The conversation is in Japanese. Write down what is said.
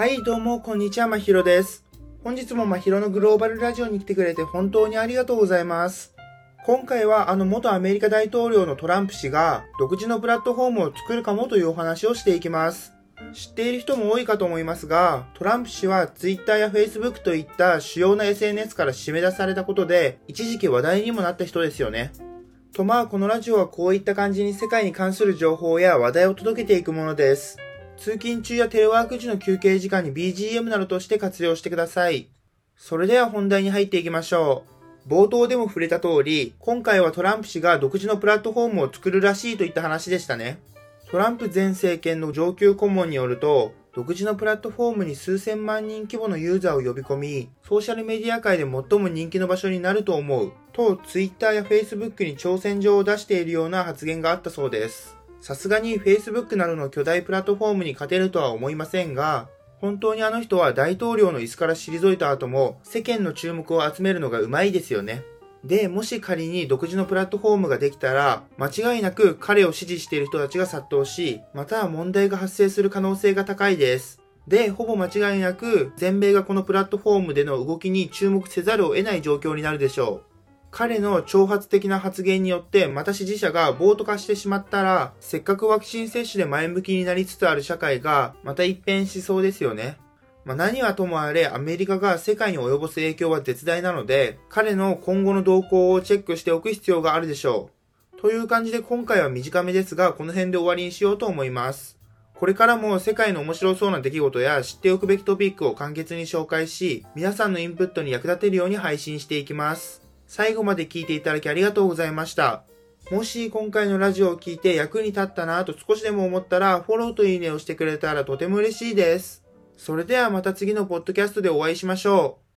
はいどうもこんにちは、まひろです。本日もまひろのグローバルラジオに来てくれて本当にありがとうございます。今回は元アメリカ大統領のトランプ氏が独自のプラットフォームを作るかもというお話をしていきます。知っている人も多いかと思いますが、トランプ氏は Twitter や Facebook といった主要な SNS から締め出されたことで一時期話題にもなった人ですよね。このラジオはこういった感じに世界に関する情報や話題を届けていくものです。通勤中やテレワーク時の休憩時間に BGM などとして活用してください。それでは本題に入っていきましょう。冒頭でも触れた通り、今回はトランプ氏が独自のプラットフォームを作るらしいといった話でしたね。トランプ前政権の上級顧問によると、独自のプラットフォームに数千万人規模のユーザーを呼び込み、ソーシャルメディア界で最も人気の場所になると思う、と Twitter や Facebook に挑戦状を出しているような発言があったそうです。さすがに Facebook などの巨大プラットフォームに勝てるとは思いませんが、本当にあの人は大統領の椅子から退いた後も世間の注目を集めるのが上手いですよね。で、もし仮に独自のプラットフォームができたら、間違いなく彼を支持している人たちが殺到し、または問題が発生する可能性が高いです。で、ほぼ間違いなく全米がこのプラットフォームでの動きに注目せざるを得ない状況になるでしょう。彼の挑発的な発言によってまた支持者が暴徒化してしまったら、せっかくワクチン接種で前向きになりつつある社会がまた一変しそうですよね。何はともあれアメリカが世界に及ぼす影響は絶大なので、彼の今後の動向をチェックしておく必要があるでしょう。という感じで今回は短めですが、この辺で終わりにしようと思います。これからも世界の面白そうな出来事や知っておくべきトピックを簡潔に紹介し、皆さんのインプットに役立てるように配信していきます。最後まで聞いていただきありがとうございました。もし今回のラジオを聞いて役に立ったなと少しでも思ったら、フォローといいねをしてくれたらとても嬉しいです。それではまた次のポッドキャストでお会いしましょう。